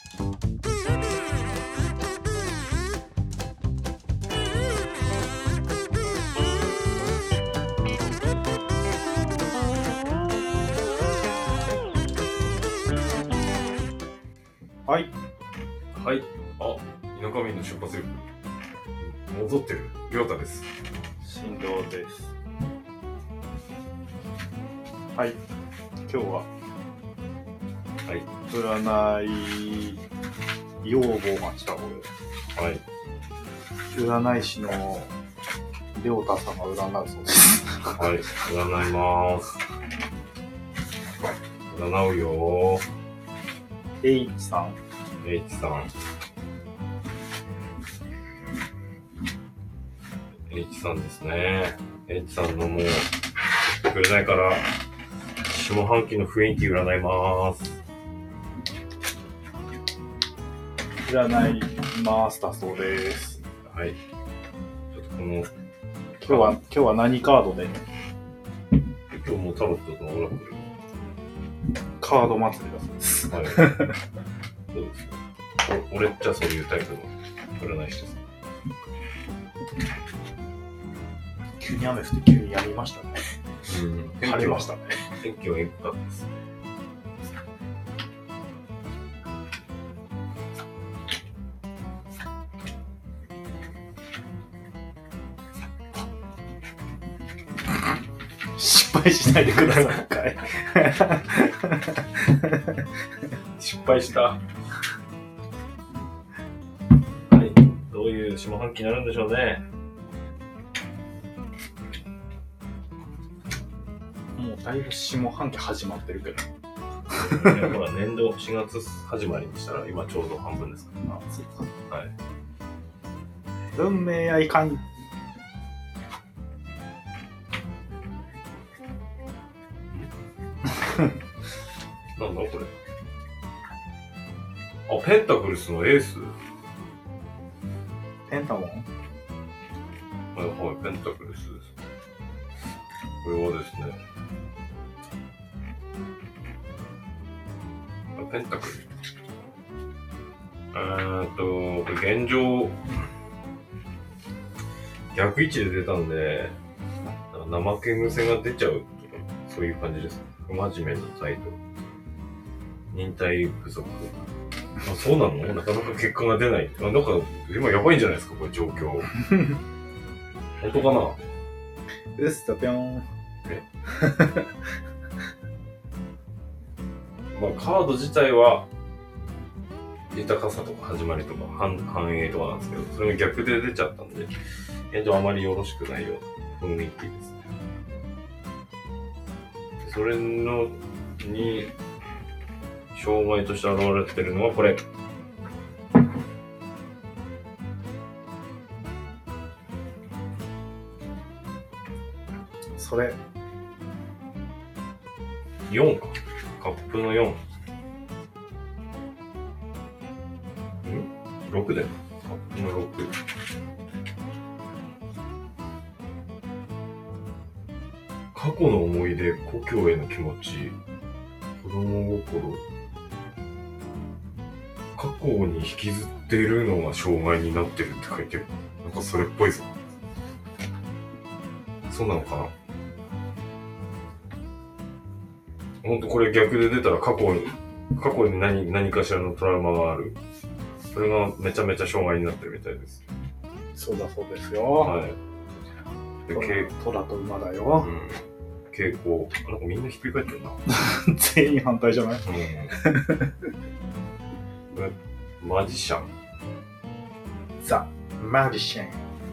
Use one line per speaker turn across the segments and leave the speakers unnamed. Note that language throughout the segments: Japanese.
はい。
はい。あ、田舎民の出発力。戻ってる。りょうたです。
振動です。はい。今日は、
はい。
占い要望が来たので、
はい。
占い師のりょうたさんが占うそうです。
はい。占いまーす。占うよー。
H さん。
H さん。H さんですね。H さんのもう、占いから、下半期の雰囲気占いまーす。
占いマスターそうです。
はい。ちょっとこの、
今日は何カードで？
今日もうタロットとオラクル。
カード祭りだそうです。
はい。そうですね。俺っちゃそういうタイプの占い師です。
急に雨降って急にやみましたね。晴れましたね。
天気は良かったですね。
失敗しないでください、一回。
失敗した。はい。どういう下半期になるんでしょうね。
もうだいぶ下半期始まってるけど。
ほら、年度4月始まりにしたら今ちょうど半分ですか
あ、そうか。
ら。はい。
運命やいかん。
なんだこれ。あ、ペンタクルスのエース。
ペンタゴン？
はいはい、ペンタクルスです。これはですね、ペンタクルス。これ現状、逆位置で出たんで、怠け癖が出ちゃうとか、そういう感じです。不真面目な態度。忍耐不足。あ、そうなの？なかなか結果が出ない。なんか、今やばいんじゃないですか、これ状況。本当かな？
うっすとぴょん。
まあ、カード自体は、豊かさとか始まりとか繁栄とかなんですけど、それが逆で出ちゃったんで、現状あまりよろしくないような雰囲気ですね。それのに障害として現れてるのはこれ。
それ
4か。カップの4。6だよ。カップの6。過去の思い出、故郷への気持ち、子供心。過去に引きずっているのが障害になってるって書いてる。なんかそれっぽいぞ。そうなのかな？ほんとこれ逆で出たら過去に何かしらのトラウマがある。それがめちゃめちゃ障害になってるみたいです。
そうだそうですよ。
はい。で、
トラと馬だよ。
傾向。なんかみんなひっくり返ってるな。
全員反対じゃない？
マジシャン。
ザ・マジシャン。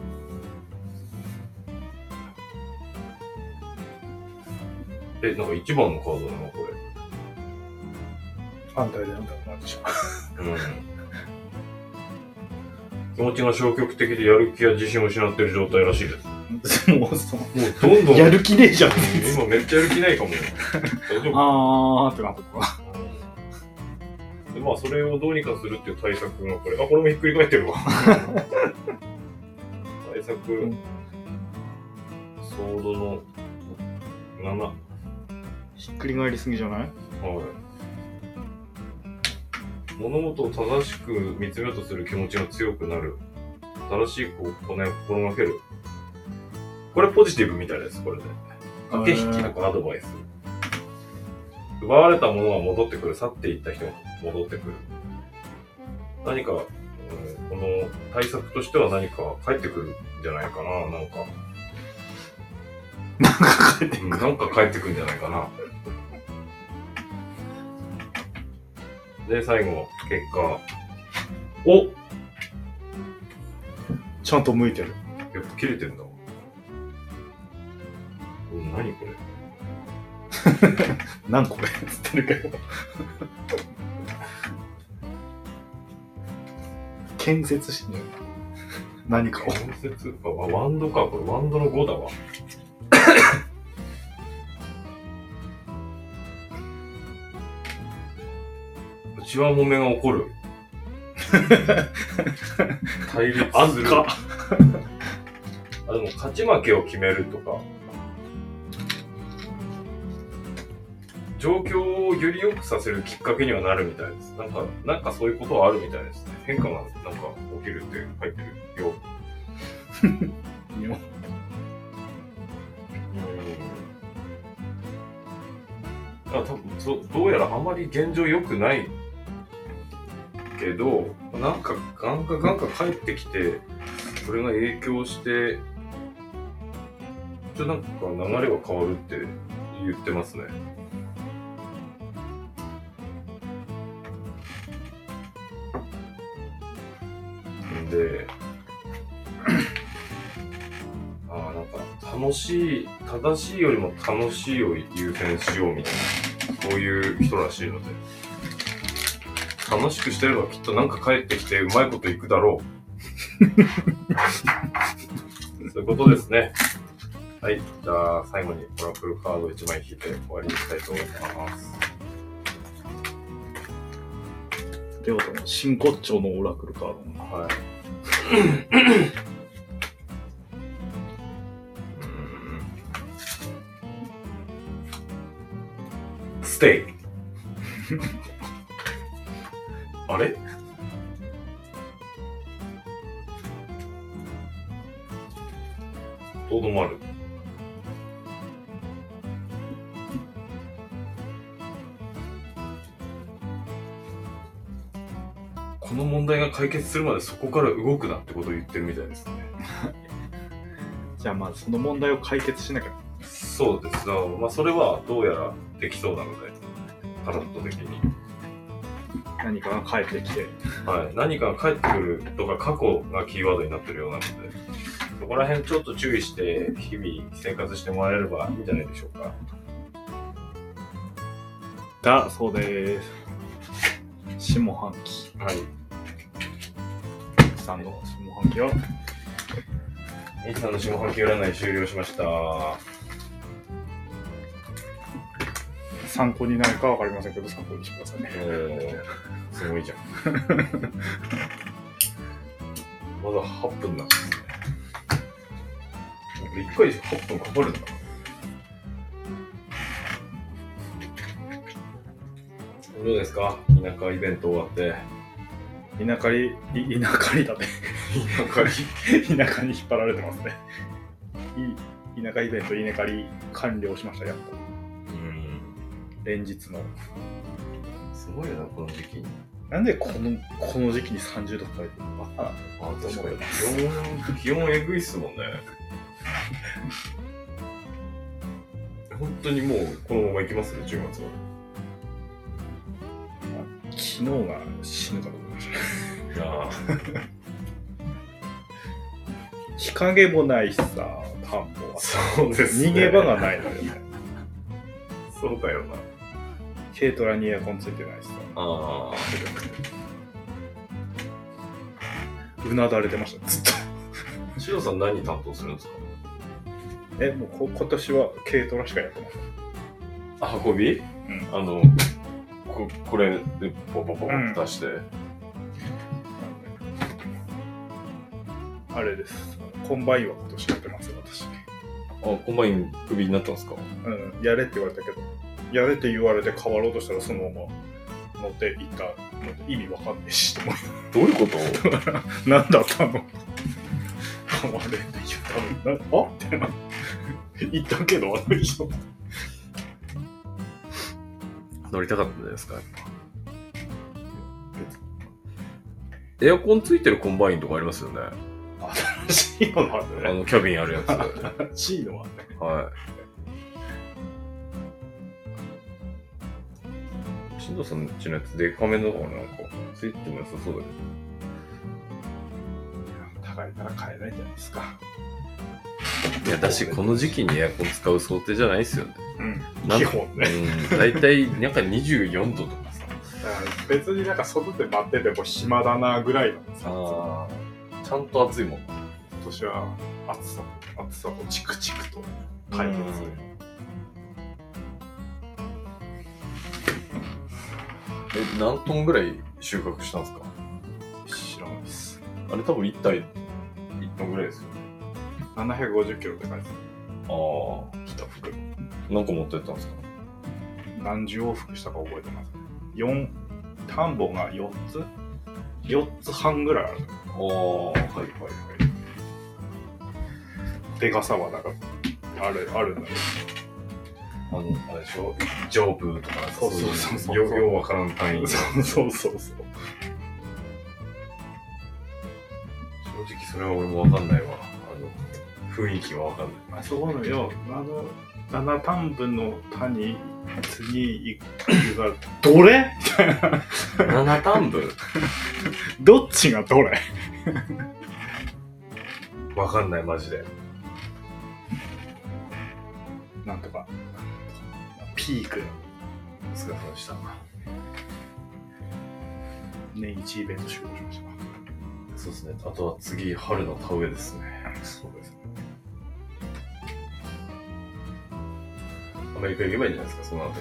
なんか1番のカードだな、これ。
反対でなんだマジシャン。
気持ちが消極的でやる気や自信を失っている状態らしいです。
もう
どんどん。
やる気ねえじゃん。
今めっちゃやる気ないかもね。大丈夫？
あーってなったか。
で、まあそれをどうにかするっていう対策がこれ。あ、これもひっくり返ってるわ。対策、ソードの7。
ひっくり返りすぎじゃない？
はい。 物事を正しく見つめようとする気持ちが強くなる。正しい行いを心がける。これポジティブみたいです、これで。駆け引きとかアドバイス。奪われたものが戻ってくる。去っていった人が戻ってくる。何か、この対策としては何か返ってくるんじゃないかな。なんか返ってくるんじゃないかな。で、最後、結果。お！
ちゃんと向いてる。
やっぱ切れてんだわ。何これ
何これつってるけど。建設してる何かを。
建設ワンドか。これワンドの5だわ。内輪もめが起こる。対立する。でも勝ち負けを決めるとか、状況をより良くさせるきっかけにはなるみたいです。なんかそういうことはあるみたいですね。変化がなんか起きるって書いてるよ。多分どうやらあまり現状良くないけど、なんかガンガ帰ってきて、それが影響して、なんか流れが変わるって言ってますね。で、なんか楽しい、正しいよりも楽しいを優先しようみたいな、そういう人らしいので、楽しくしてればきっとなんか帰ってきてうまいこといくだろう。そういうことですね。はい、じゃあ最後にオラクルカード1枚引いて終わりにしたいと思います。
レオタの真骨頂のオラクルカード。
はい。ステイ。あれ？とどまる。この問題が解決するまでそこから動くなってことを言ってるみたいですね。
じゃあまずその問題を解決しなきゃ。
そうです。まあそれはどうやらできそうなので、タロット的に。
何かが返ってきて。
はい。何かが返ってくるとか過去がキーワードになってるようなので、そこら辺ちょっと注意して日々生活してもらえればいいんじゃないでしょうか。
だそうです。下半期。
はい。
さんの下半期は
イチさんの下半期占い終了しました。
参考になるかわかりませんけど参考にしてくださいね。
すごいじゃん。まだ8分なんですね。1回8分かかるんだ。どうですか？田舎イベント終わって。
稲刈りだね。田舎に引っ張られてますね。田舎イベント稲刈り完了しました、やっと。連日の。
すごいよな、この時期に。
なんでこの時期に30度超えてるのかな。
確かに。気温えぐいっすもんね。本当にもうこのまま行きますね、10月は。
昨日が死ぬかと思いましたね。日陰もないしさ、田んぼは。
そうですね。
逃げ場がないのよね。
そうだよな。
軽トラにエアコンついてないしさ。うなだれてました、ずっと。
シロさん何担当するんですか？
もう今年は軽トラしかやってない。
運び？
うん。
これでポポポポって出して、
あれです。コンバインは今年やってますよ、私。
コンバインクビになったんですか？
やれって言われたけど、やれって言われて変わろうとしたらそのまま乗っていった意味わかんねえしと思
どういうこと？
う。なんだったの？あれって言ったのに、あみたいな。言ったけど、あの人。
乗りたかったんじゃないですか、やっぱ。エアコンついてるコンバインとかありますよね。
新しいのなんだね。
キャビンあるやつ。
新しいのはね。
はい。新藤さんちのやつデカめの方がなんかついても良さそうだけど。
高いから買えないじゃないですか。
いや、だし、この時期にエアコン使う想定じゃないですよね。
うん。
なん
基本ね。
うん。だいたいなんか24度とかさ。
だから別になんか外で待ってても暇だなぐらいなんです
ああ。ちゃんと暑いもん。
今年は暑さとチクチクと対決。
何トンぐらい収穫したんですか？
知らないです。
あれ多分1体1トンぐらいですよね。
750キロって書いてある。
ああ。
一袋。
何個持ってったんですか？
何十往復したか覚えてます。田んぼが4つ ?4 つ半ぐらいある。
ああ、はいはいはい。
でかさはなんかあるんだよ。
あれでしょ、上部とか、
そう
ようわからん単位。
そう。
正直それは俺もわかんないわ。雰囲気はわかんない。
あそこのよ、7単分の谷次行くが、どれみたいな。
7単分
どっちがどれ
わかんない、マジで。
なんとか、ピーク
お疲れ様でした。
年一イベント終了しました。
そうですね。あとは次、春の田植えですね。
そうですね。
アメリカ行けばいいんじゃないですか、その後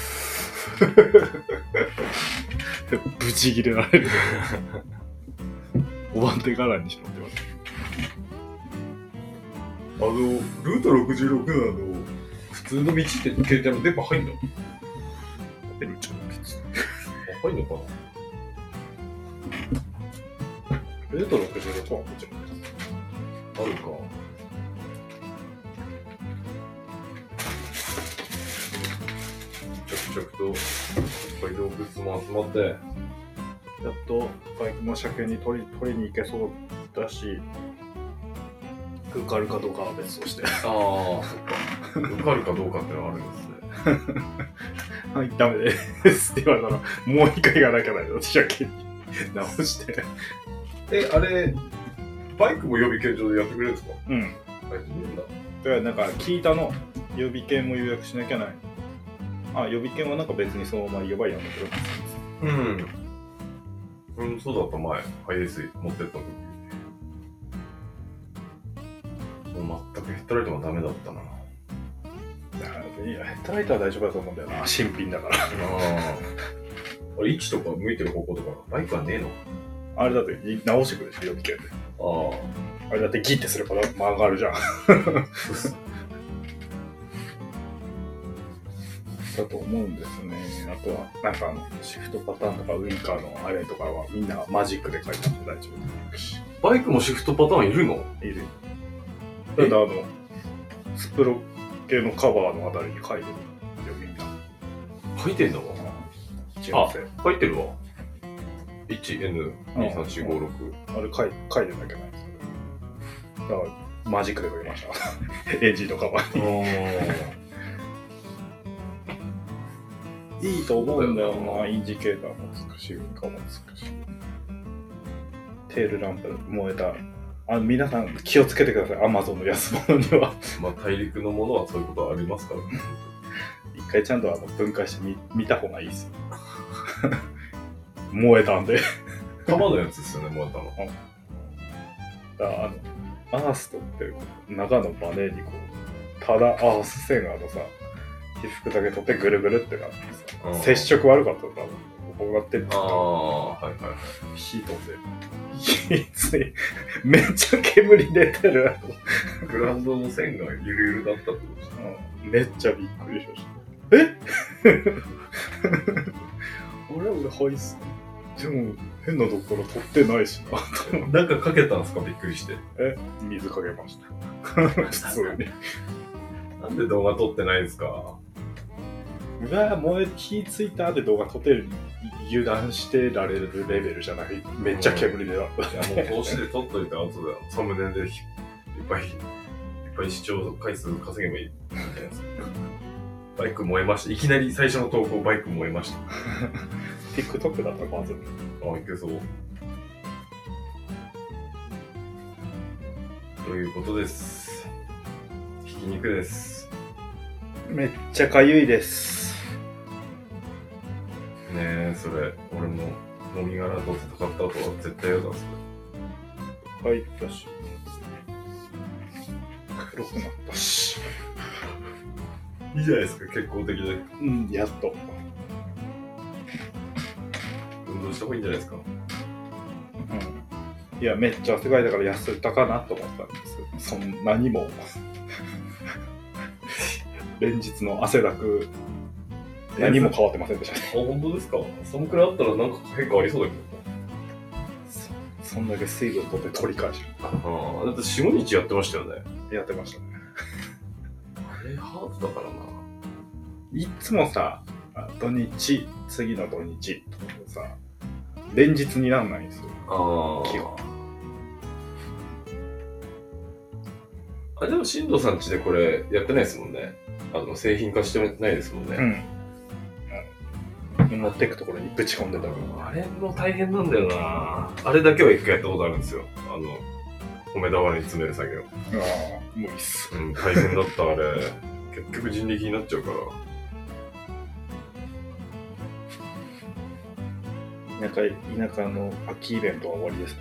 に。
ブチギレられる。お椀手柄にしろって言われて。
ルート66なの、普通の道って携帯の電波入んの？
出るんちゃう別に。
入んのかな？
ルート66はもちろんです。
あるか。着々と北海道グッズも集まって、
やっとバイクも車検に取りに行けそうだし、受かるかどうかは別として。
ああ、そっか。受かるかどうかってのはあるんですね。
はい、ダメですって言われたら、もう一回行かなきゃないの、車検に直して。
あれ、バイクも予備検場でやってくれるんですか？
うん。
やってくれるんだ。
だからなんか聞いたの、予備券も予約しなきゃない。あ、予備券はなんか別にそのまま言えばいいやんだけど。
うん、そうだった前、ハイエース持ってった時。もう全くヘッドライトがダメだったな。
だからいや、ヘッドライトは大丈夫だと思うんだよな、新品だから。
あれ、位置とか向いてる方向とか、バイクはねえの？
あれだって直してくるでしょ、予備券で。あれだってギッてすれば曲がるじゃん。だと思うんですね。あとは、なんかシフトパターンとかウインカーのあれとかはみんなマジックで書いてあって大丈夫し。
バイクもシフトパターンいるの？
いる。ただスプロ系のカバーのあたりに書いてるよ、みんな。
書いてんの？
あ、
書いてるわ。1N23456。
あれ書いてなきゃないですだからマジックで書きました。エンジンのカバーに。いいと思うんだよな、インジケーターもつくし、ウインカーもつくし。テールランプ燃えた。皆さん気をつけてください、Amazon の安物には。
まあ大陸のものはそういうことはありますからね。
一回ちゃんと分解して見た方がいいですよ。燃えたんで。
玉のやつですよね、燃えたの。
アーストって中のバネにこう、ただアース線がさ、被覆だけ取ってぐるぐるってなってさ、接触悪かったら多分こうなってるんですけど、
はいはいはい。
火飛んで、火つい、めっちゃ煙出てる。
グラウンドの線がゆるゆるだったってことですか？
めっちゃびっくりしました。俺ホイッスルでも変なところ取ってないしな。
なんかかけたんですか？びっくりして。
水かけました。普通に。
なんで動画撮ってないんですか？
うわもう気ついたって動画撮ってる油断してられるレベルじゃない。めっちゃ煙でだった。
いやもうこうして撮っといて後でサムネでいっぱい視聴回数稼げばいいじゃないですか。バイク燃えました。いきなり最初の投稿バイク燃えました。
TikTok だったらまず。
あ、いけそう。ということです。ひき肉です。
めっちゃかゆいです。
ねえ、それ、俺ももみ殻と戦った後は絶対嫌だ、そ
れ。入ったし。黒くなったし。
いいじゃないですか、健康的で。
うん、やっと。
運動した方がいいんじゃないですか。
うん。いや、めっちゃ汗かいたから痩せたかなと思ったんですよ。そんなにも。連日の汗だく、何も変わってませんでしたね。
あ、本当ですか？そのくらいあったらなんか変化ありそうだけど。
そんだけ水分取って取り返しる。
ああ、だって4、5日やってましたよね。
やってましたね。
あれ、ハードだからな。
いつもさ、土日、次の土日とかさ、連日にならないんですよ。
ああ。でも、進藤さん家でこれやってないですもんね。製品化してないですもんね。
うん。持ってくところにぶち込んでたから。
あれも大変なんだよな。あれだけは一回やったことあるんですよ。米俵に詰める作業。
ああ、無理っす。
うん、大変だった、あれ。結局人力になっちゃうから。
田舎の秋イベントは終わりですね。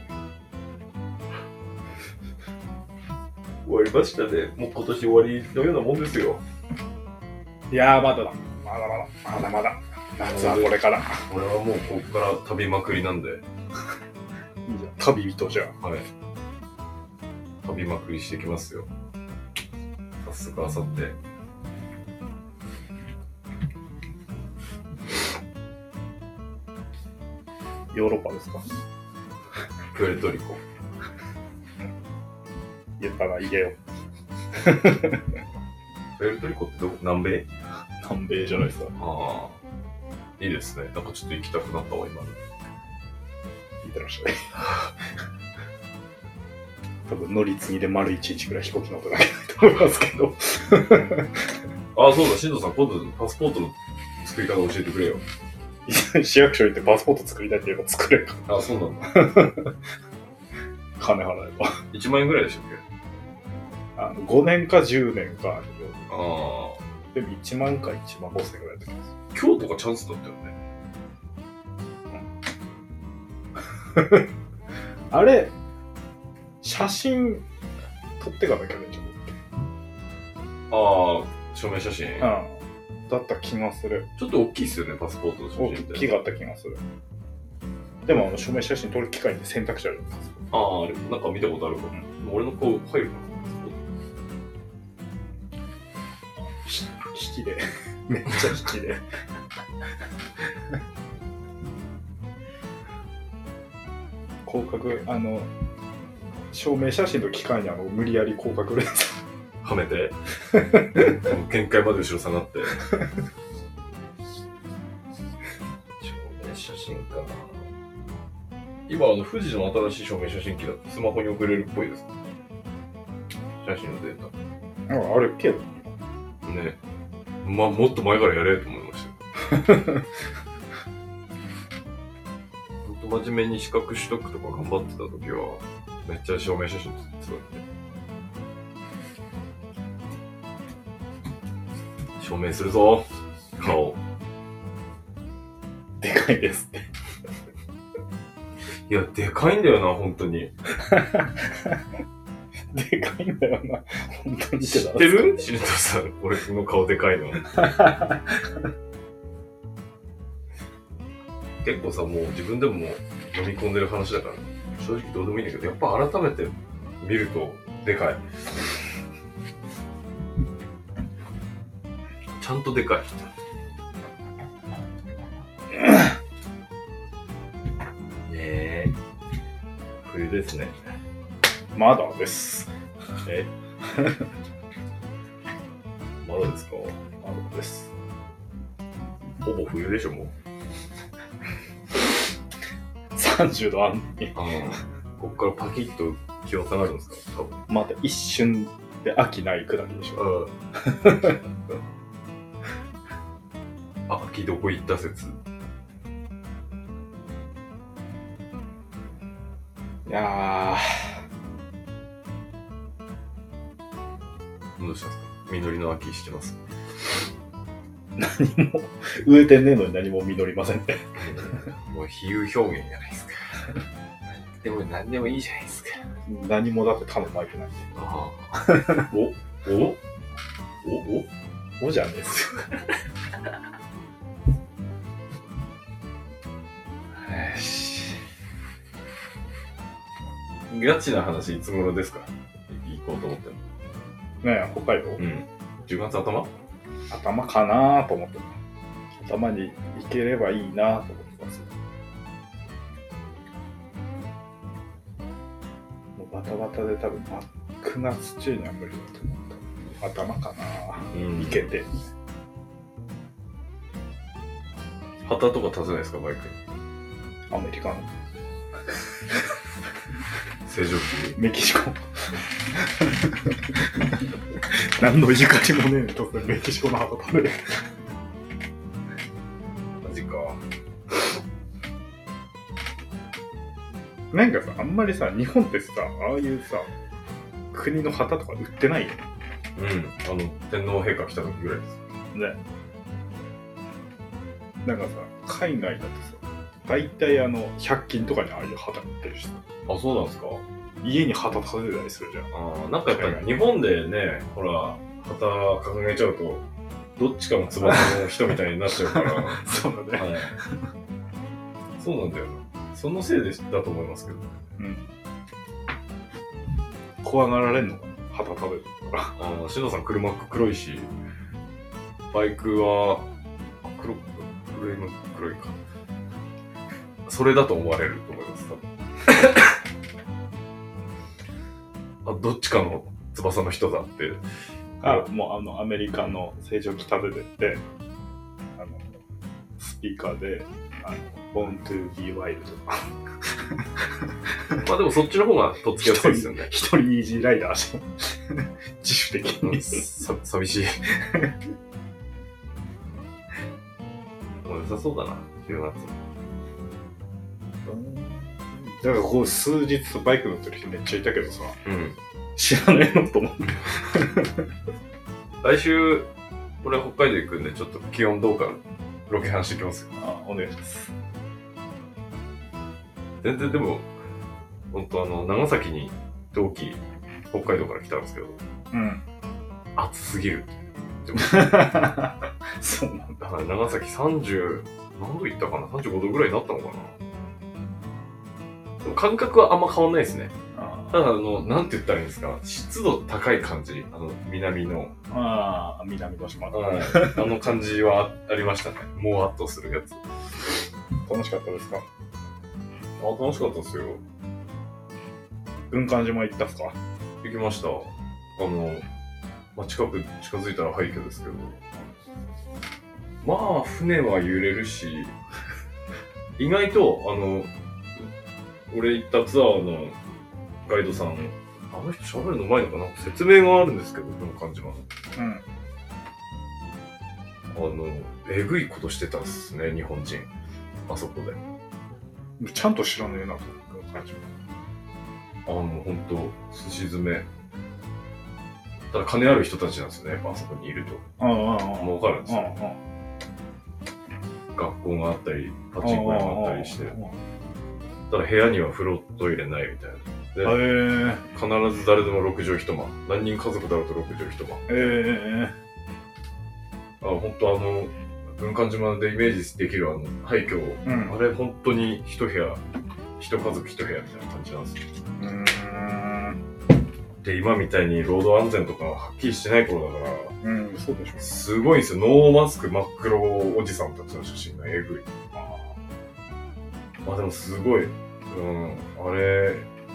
終わりましたね。もう今年終わりのようなもんですよ。
いやー、まだだ。まだ。夏はこれから。
俺はもうここから旅まくりなんで。いい
じゃん。旅人じゃん。
はい。旅まくりしてきますよ。早速あさって。
ヨーロッパですか？
プエルトリコ。
言ったらいいよ。
プエルトリコって南米？
南米じゃないですか。
ああ。いいですね。なんかちょっと行きたくなったわ、今の。
いってらっしゃい。多分乗り継ぎで丸1日くらい飛行機乗ってなきゃいけないと思いますけど。
ああ、そうだ、進藤さん、今度パスポートの作り方教えてくれよ。
市役所行ってパスポート作りたいって言えば作れるか
ら。あ、そうなんだ。
金払えば。
1万円ぐらいでしたっ
け？5年か10年かあるよ。
ああ。
でも1万か1万5千円ぐらいだと思います。
今日とかチャンスだったよね。
うん、あれ、写真撮ってかなきゃね、ちょっ
と。ああ、証明写真。
うん。だった気がする。
ちょっと大きいっすよね、パスポートの写真って。
大きかった気がする。でも、証明写真撮る機会に選択肢あるんです。
ああ、あれ、なんか見たことあるかも。俺の顔入るかな。
引きで。めっちゃ引きで。広角、証明写真の機械に無理やり広角レンズ
はめて限界まで後ろ下がって証明写真かな。今富士の新しい証明写真機だってスマホに送れるっぽいです。写真のデータ。
あれけど
ね。まあもっと前からやれと思いましたよ。ほんと真面目に資格取得とか頑張ってた時はめっちゃ証明写真撮ってたんで。証明するぞ顔。
でかいですって。
いや、でかいんだよな、本当に。
でかいんだよな、本当に。
知ってる？シルトさん、俺の顔でかいの。結構さ、もう自分でも飲み込んでる話だから、正直どうでもいいんだけど、やっぱ改めて見るとでかい。ちゃんとでかい。 冬ですね。
まだです。
えまだですか？
まだです。
ほぼ冬でしょ、もう。
30度あんのに。
こっからパキッと気温下がるんですか？多分。
また一瞬で飽きないくだりでしょ。
秋どこ行った説。
いや
どうしたんですか？実りの秋してます。
何も植えてねえのに何も実りませんね。
もう比喩表現じゃないですか。でも何でもいいじゃないですか。
何もだって種まいてないんで。
ああ。
おじゃねえっすよ。よし。
ガチな話いつ頃ですか？行こうと思ってる。
ねえ、北海道、
10月頭？
頭かなと思ってる。頭に行ければいいなと思ってます。もうバタバタで多分9月中には無理だと思う。頭かな、行けて。
旗とか立てないですか、バイクに。
アメリカの
正常期。
メキシコ何のゆかりもねえとメキシコの旗立てる。
マジか。
なんかさ、あんまりさ、日本ってさ、ああいうさ、国の旗とか売ってないよね。
天皇陛下来た時ぐらいです。
ね。なんかさ、海外だとさ、大体100均とかにああいう旗売ってるしさ。
あ、そうなんですか？
家に旗立てたりするじゃん。
なんかやっぱり日本でね、ほら、旗掲げちゃうと、どっちかの翼の人みたいになっちゃうから。
そうだね。
はい。そうなんだよな。そのせいだと思いますけど。
怖がられんのかな、旗立てるから。
しのさん車黒いし、バイクは黒いか。それだと思われると思います、多分。どっちかの翼の人だって。
もうアメリカの正常期立ててって、スピーカーで、Born to be wild とか。
まあでもそっちの方がとっつきやすいですよね。
一人イージーライダーして自主的に。
寂しい。もう良さそうだな、10月。
だからこう数日バイク乗ってる人めっちゃいたけどさ、知らねえのと思って。
来週、俺は北海道行くんで、ちょっと気温どうかロケハンしてきますよ。
お願いします。
全然でも、本当長崎に同期、北海道から来たんですけど、暑すぎる。
そうなんだ。
長崎30、何度行ったかな ?35 度ぐらいになったのかな。でも感覚はあんま変わんないですね。ただなんて言ったらいいんですか、湿度高い感じ、南の。
南の島。
感じはありましたね。もわっとするやつ。
楽しかったですか？
楽しかったですよ。
軍艦島行ったっすか？
行きました。近づいたら廃墟ですけど。まあ、船は揺れるし、意外と、俺行ったツアーのガイドさん、あの人喋るのうまいのかな、説明があるんですけど、この感じは。えぐいことしてたっすね、日本人。あそこで。
ちゃんと知らねえなと、この感じは。
ほんと、寿司詰め。ただ金ある人たちなんですよね、やっぱあそこにいると。儲かるんですよ。学校があったり、パチンコ屋があったりして。ただ部屋には風呂トイレないみたいな。で、必ず誰でも6畳一間。何人家族だろうと6畳一間。本当軍艦島でイメージできる廃墟、あれ本当に一部屋、一家族一部屋みたいな感じなんですよ。で、今みたいに労働安全とかはっきりしてない頃だから、
そうでしょ。
すごいんですよ。ノーマスク真っ黒おじさんたちの写真がえぐい。でもすごい、あれ、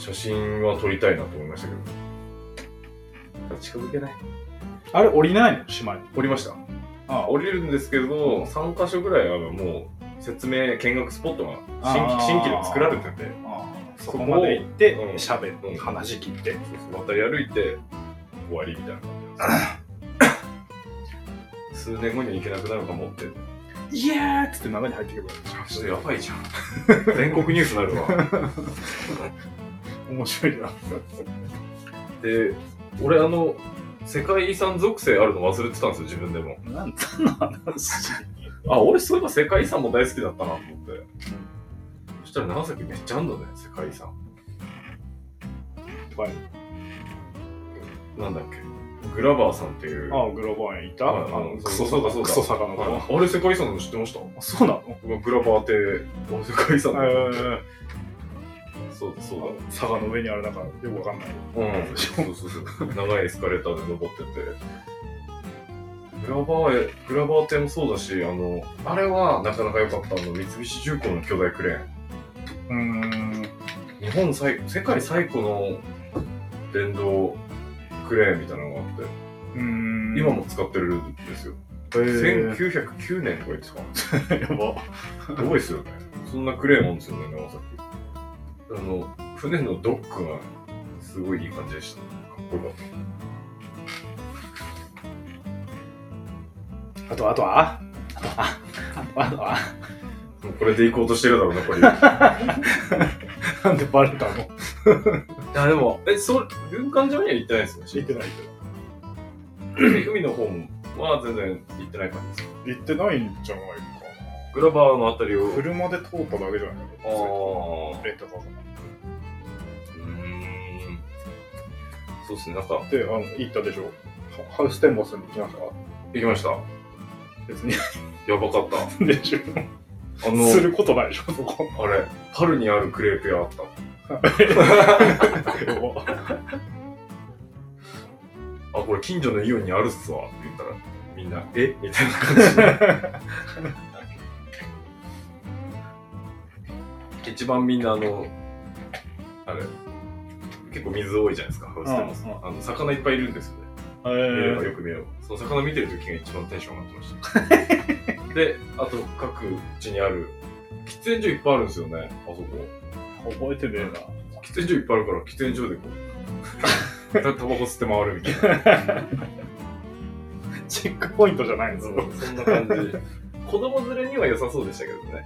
写真は撮りたいなと思いましたけど。近づけない。
あれ降りないの島に。
降りました。
あ
降りるんですけど、3カ所ぐらいもう説明、見学スポットが新規で作られてて、
そこまで行って
うん
喋って話聞いて、
渡り歩いて終わりみたいな感じなんです数年後には行けなくなるかもって。
イエーっつって中に入っていけばいい。
ちょっとやばいじゃん。全国ニュースになるわ。
面白いな。
で、俺世界遺産属性あるの忘れてたんですよ、自分でも。
なんの話。
俺そういえば世界遺産も大好きだったなと思って。そしたら長崎めっちゃあんだね、世界遺産。
はい。
なんだっけ、グラバーさんっていう。
グラバー園いた？クソ
そうだ。
魚の。
あれ世界遺産なの知ってました？
そうなの？
グラバーって世界遺産だよ。そうだ。
坂の上にあるなんかよくわかんない。
そう。長いエスカレーターで登ってて。グラバー店もそうだし、あれはなかなか良かった三菱重工の巨大クレーン。世界最古の電動クレーンみたいなのがあって、今も使ってるんですよ。1909年とか言ってた。やば。すごいですよね。そんなクレーンなんですよね、長崎。船のドックがすごいいい感じでした。かっこよかった。
あとは
もうこれで行こうとしてるだろうな、これ。
なんでバレたの？
いや、でも、軍艦島には行ってないですよね。
行ってない
海の方は全然行ってない感じです。
行ってないんじゃないかな。
グラバーのあたりを。
車で通っただけじゃないの？レンタカーが。
そうですね、なんか。
で、行ったでしょ。ハウステンボスに行きました？
行きました。別に。やばかった。でしょ。
することないでしょ、そこ。
あれ、パルにあるクレープ屋あった。これ近所のイオンにあるっすわって言ったら、みんな、みたいな感じ。一番みんなあれ、結構水多いじゃないですか、ハウステンボス。魚いっぱいいるんですよね。見ればよく見れば。その魚見てる時が一番テンション上がってました。で、あと各地にある、喫煙所いっぱいあるんですよね、あそこ。
覚えてねえな。
喫煙所いっぱいあるから、喫煙所でこう、タバコ吸って回るみたいな。
チェックポイントじゃないんですよ。
そんな感じ。子供連れには良さそうでしたけどね。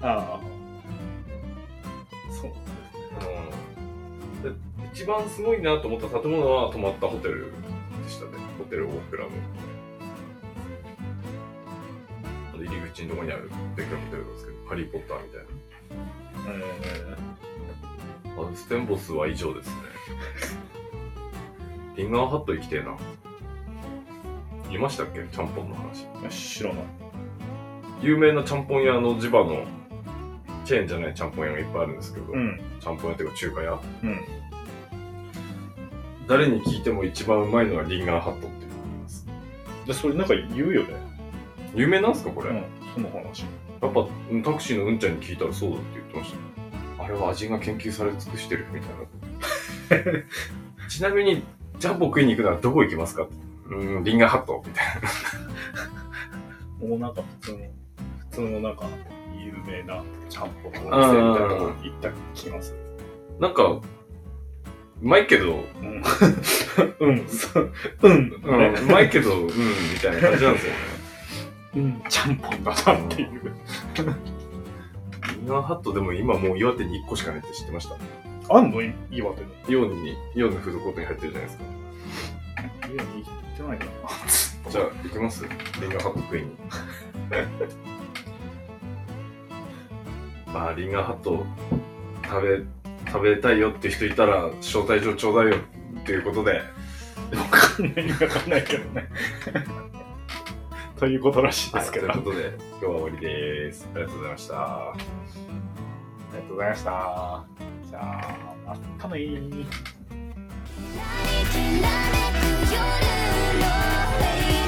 そうですね。一番すごいなと思った建物は泊まったホテルでしたね。ホテルオークラの。入り口のところにあるでっかいホテルなんですけど、ハリー・ポッターみたいな。ハウステンボスは以上ですね。リンガーハット行きてえな。いましたっけ、ちゃんぽんの話。
知らない。
有名なちゃんぽん屋の地場のチェーンじゃないちゃんぽん屋がいっぱいあるんですけど、ちゃんぽん屋っていうか中華屋。誰に聞いても一番うまいのはリンガーハットって言います。
で、それなんか言うよね。
有名なんすかこれ？
その話。
やっぱタクシーのうんちゃんに聞いたらそうだって言ってました。あれは味が研究され尽くしてるみたいな。ちなみにジャンボ食いに行くならどこ行きますか？リンガーハットみたい
な。もうなんか普通のなんか有名なちゃんぽんのお店みたいなところに行った気がする。
なんかうまいけど、うまいけど、みたいな感じなんですよね。
ちゃんぽんだなっていう。
リンガーハットでも今もう岩手に1個しかないって知ってました？
あんの？岩手の。
イオンのフードコートに入ってるじゃないですか。
イオンに行ってないかな。
じゃあ行きます？リンガーハット食いに。まあリンガーハット食べたいよって人いたら招待状ちょうだいよっていうことで。わ
かんないけどね。ということらしいですけど。
ということで今日は終わりです。ありがとうございました。
ありがとうございました。じゃあまたねー。